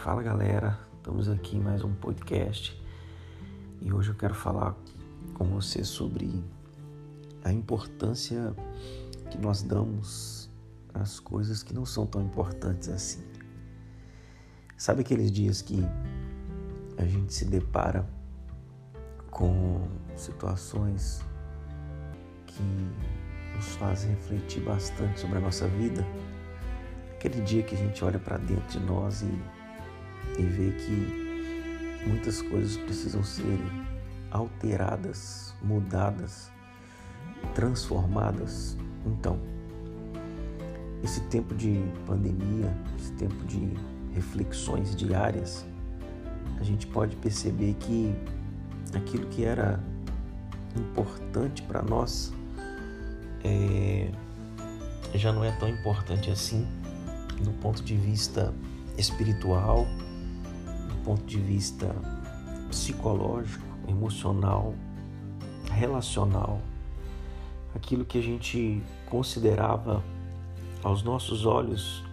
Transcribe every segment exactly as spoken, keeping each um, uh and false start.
Fala galera, estamos aqui em mais um podcast e hoje eu quero falar com você sobre a importância que nós damos às coisas que não são tão importantes assim. Sabe aqueles dias que a gente se depara com situações que nos fazem refletir bastante sobre a nossa vida? Aquele dia que a gente olha para dentro de nós e, e vê que muitas coisas precisam ser alteradas, mudadas, transformadas. Então, esse tempo de pandemia, esse tempo de reflexões diárias, a gente pode perceber que aquilo que era importante para nós é, já não é tão importante assim, do ponto de vista espiritual, do ponto de vista psicológico, emocional, relacional. Aquilo que a gente considerava aos nossos olhos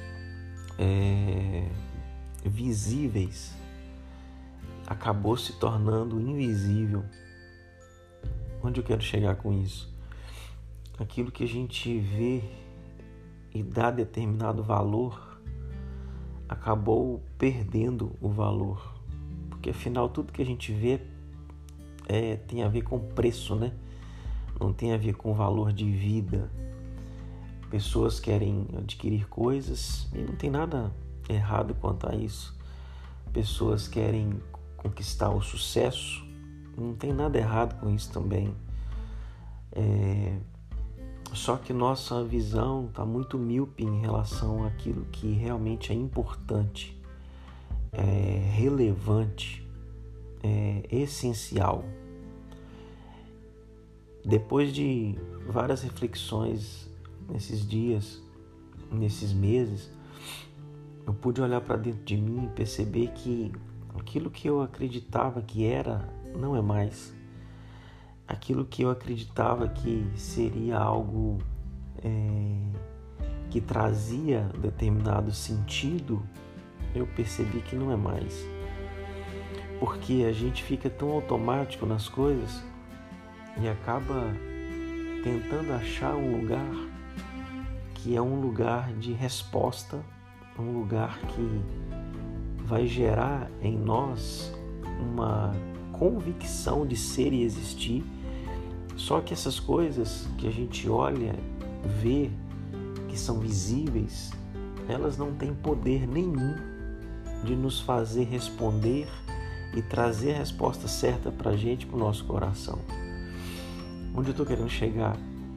é, visíveis acabou se tornando invisível. Onde eu quero chegar com isso? Aquilo que a gente vê e dá determinado valor acabou perdendo o valor, porque afinal tudo que a gente vê é, tem a ver com preço, né? Não tem a ver com valor de vida. Pessoas querem adquirir coisas e não tem nada errado quanto a isso. Pessoas querem conquistar o sucesso, não tem nada errado com isso também. É... Só que nossa visão está muito míope em relação àquilo que realmente é importante, é relevante, é essencial. Depois de várias reflexões nesses dias, nesses meses, eu pude olhar para dentro de mim e perceber que aquilo que eu acreditava que era, não é mais. Aquilo que eu acreditava que seria algo é, que trazia determinado sentido, eu percebi que não é mais. Porque a gente fica tão automático nas coisas e acaba tentando achar um lugar que é um lugar de resposta, um lugar que vai gerar em nós uma convicção de ser e existir. Só que essas coisas que a gente olha, vê, que são visíveis, elas não têm poder nenhum de nos fazer responder e trazer a resposta certa para a gente, para o nosso coração. Onde eu estou querendo chegar?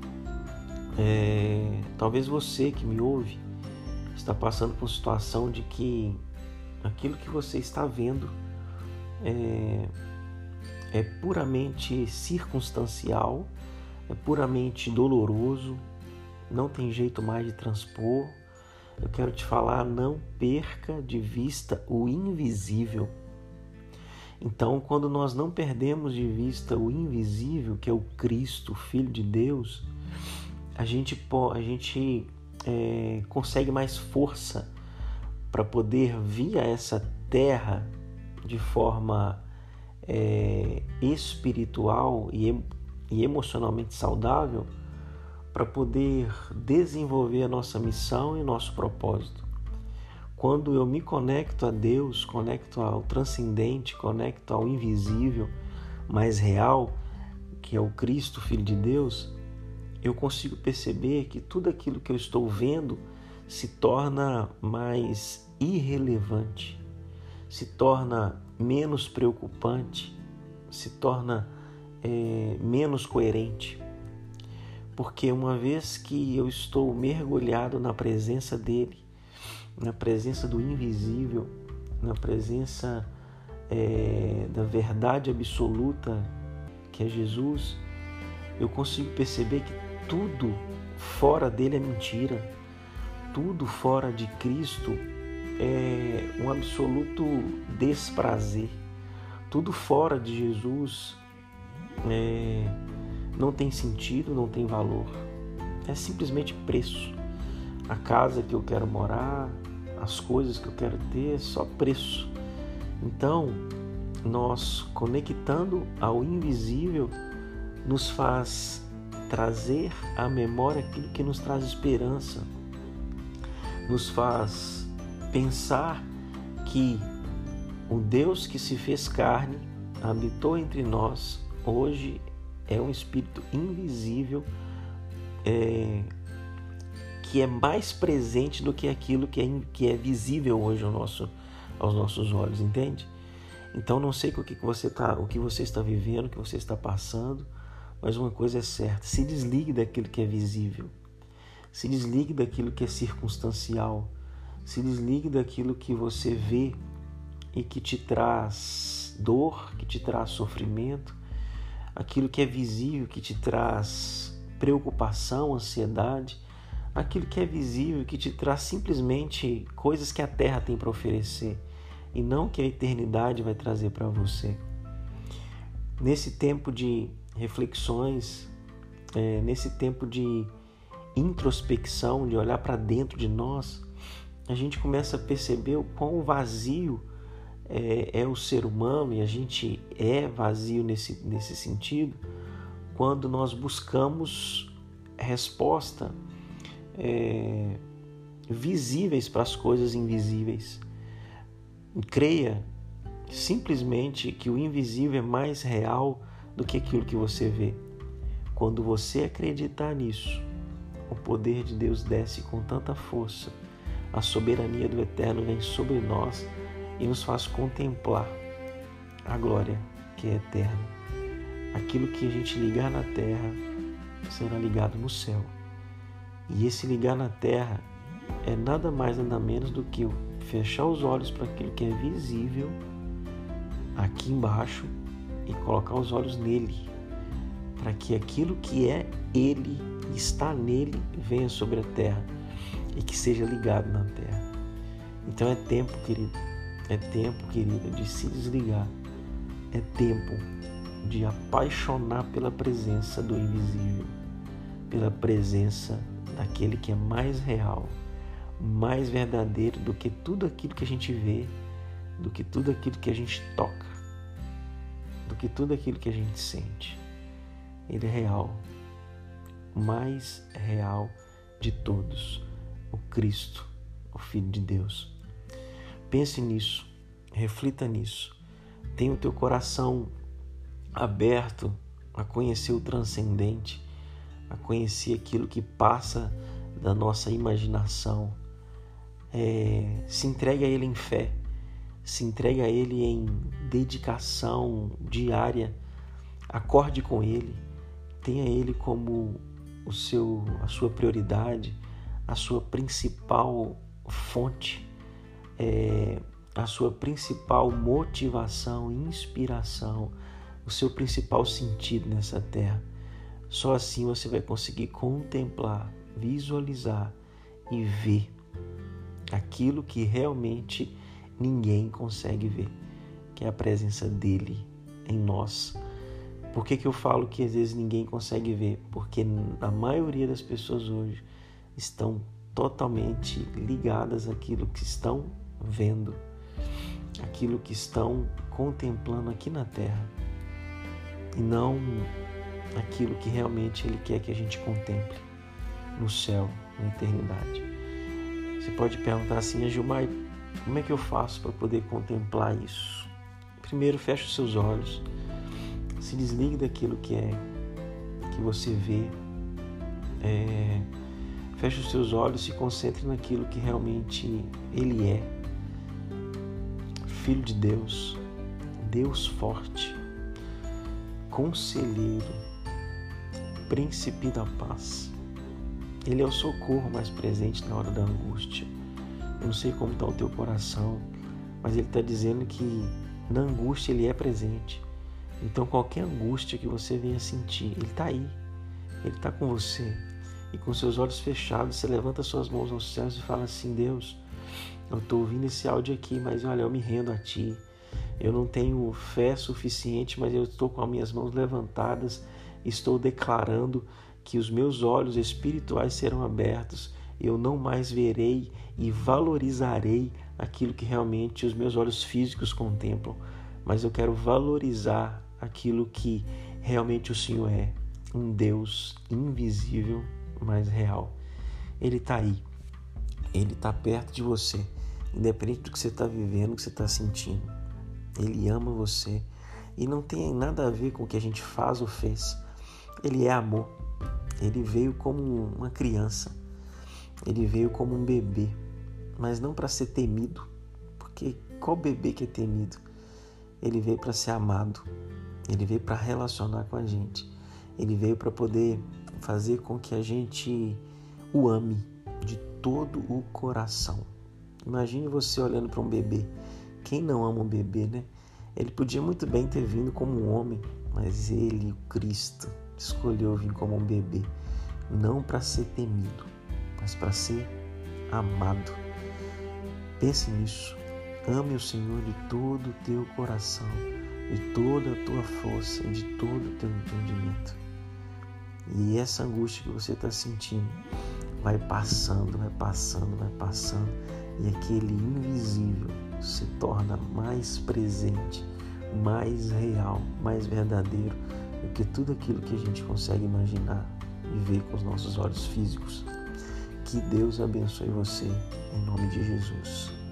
É, talvez você que me ouve está passando por uma situação de que aquilo que você está vendo é, é puramente circunstancial, é puramente doloroso, não tem jeito mais de transpor. Eu quero te falar, não perca de vista o invisível. Então, quando nós não perdemos de vista o invisível, que é o Cristo, o Filho de Deus, a gente, a gente é, consegue mais força para poder vir a essa terra de forma é, espiritual e, e emocionalmente saudável, para poder desenvolver a nossa missão e nosso propósito. Quando eu me conecto a Deus, conecto ao transcendente, conecto ao invisível, mais real, que é o Cristo, Filho de Deus, eu consigo perceber que tudo aquilo que eu estou vendo se torna mais irrelevante, se torna menos preocupante, se torna é, menos coerente. Porque uma vez que eu estou mergulhado na presença dele, na presença do invisível, na presença é, da verdade absoluta, que é Jesus, eu consigo perceber que tudo fora dele é mentira, tudo fora de Cristo é um absoluto desprazer, tudo fora de Jesus é, não tem sentido, não tem valor, é simplesmente preço. A casa que eu quero morar, as coisas que eu quero ter, é só preço. Então, nós conectando ao invisível nos faz trazer à memória aquilo que nos traz esperança, nos faz pensar que o Deus que se fez carne, habitou entre nós, hoje é um Espírito invisível, é, que é mais presente do que aquilo que é, que é visível hoje ao nosso, aos nossos olhos, entende? Então não sei o que você tá, o que você está vivendo, o que você está passando, mas uma coisa é certa: se desligue daquilo que é visível, se desligue daquilo que é circunstancial, se desligue daquilo que você vê e que te traz dor, que te traz sofrimento, aquilo que é visível, que te traz preocupação, ansiedade, aquilo que é visível, que te traz simplesmente coisas que a terra tem para oferecer e não que a eternidade vai trazer para você. Nesse tempo de reflexões, é, nesse tempo de introspecção, de olhar para dentro de nós, a gente começa a perceber o quão vazio é, é o ser humano, e a gente é vazio nesse, nesse sentido, quando nós buscamos resposta é, visíveis para as coisas invisíveis. Creia simplesmente que o invisível é mais real do que aquilo que você vê. Quando você acreditar nisso, o poder de Deus desce com tanta força, a soberania do Eterno vem sobre nós e nos faz contemplar a glória que é eterna. Aquilo que a gente ligar na terra será ligado no céu. E esse ligar na terra é nada mais, nada menos do que fechar os olhos para aquilo que é visível aqui embaixo e colocar os olhos nele, para que aquilo que é ele, está nele, venha sobre a terra e que seja ligado na terra. Então é tempo, querido, é tempo, querida, de se desligar. É tempo de apaixonar pela presença do invisível, pela presença daquele que é mais real, mais verdadeiro do que tudo aquilo que a gente vê, do que tudo aquilo que a gente toca, do que tudo aquilo que a gente sente. Ele é real, o mais real de todos, o Cristo, o Filho de Deus. Pense nisso, reflita nisso, tenha o teu coração aberto a conhecer o transcendente, a conhecer aquilo que passa da nossa imaginação. É, se entregue a Ele em fé, se entregue a Ele em dedicação diária, acorde com Ele, tenha Ele como o seu, a sua prioridade, a sua principal fonte, é, a sua principal motivação, inspiração, o seu principal sentido nessa terra. Só assim você vai conseguir contemplar, visualizar e ver aquilo que realmente ninguém consegue ver, que é a presença dele em nós. Por que que eu falo que às vezes ninguém consegue ver? Porque a maioria das pessoas hoje estão totalmente ligadas àquilo que estão vendo, aquilo que estão contemplando aqui na terra, e não aquilo que realmente Ele quer que a gente contemple no céu, na eternidade. Você pode perguntar assim: Gilmar, como é que eu faço para poder contemplar isso? Primeiro, feche os seus olhos, se desligue daquilo que é que você vê, é, feche os seus olhos, se concentre naquilo que realmente Ele é: Filho de Deus, Deus forte, Conselheiro, Príncipe da paz. Ele é o socorro mais presente na hora da angústia. Eu não sei como está o teu coração, mas Ele está dizendo que na angústia Ele é presente. Então qualquer angústia que você venha sentir, Ele está aí, Ele está com você. E com seus olhos fechados, você levanta suas mãos aos céus e fala assim: Deus, eu estou ouvindo esse áudio aqui, mas olha, eu me rendo a Ti. Eu não tenho fé suficiente, mas eu estou com as minhas mãos levantadas, estou declarando que os meus olhos espirituais serão abertos eu não mais verei e valorizarei aquilo que realmente os meus olhos físicos contemplam, mas eu quero valorizar aquilo que realmente o Senhor é, um Deus invisível, mas real. Ele está aí, Ele está perto de você, independente do que você está vivendo, do que você está sentindo. Ele ama você e não tem nada a ver com o que a gente faz ou fez. Ele é amor. Ele veio como uma criança, ele veio como um bebê, mas não para ser temido, porque qual bebê que é temido? Ele veio para ser amado, ele veio para relacionar com a gente, ele veio para poder fazer com que a gente o ame de todo o coração. Imagine você olhando para um bebê. Quem não ama um bebê, né? Ele podia muito bem ter vindo como um homem, mas ele, o Cristo, escolheu vir como um bebê, não para ser temido, mas para ser amado. Pense nisso. Ame o Senhor de todo o teu coração, de toda a tua força e de todo o teu entendimento. E essa angústia que você está sentindo vai passando, vai passando, vai passando, e aquele invisível se torna mais presente, mais real, mais verdadeiro do que tudo aquilo que a gente consegue imaginar e ver com os nossos olhos físicos. Que Deus abençoe você, em nome de Jesus.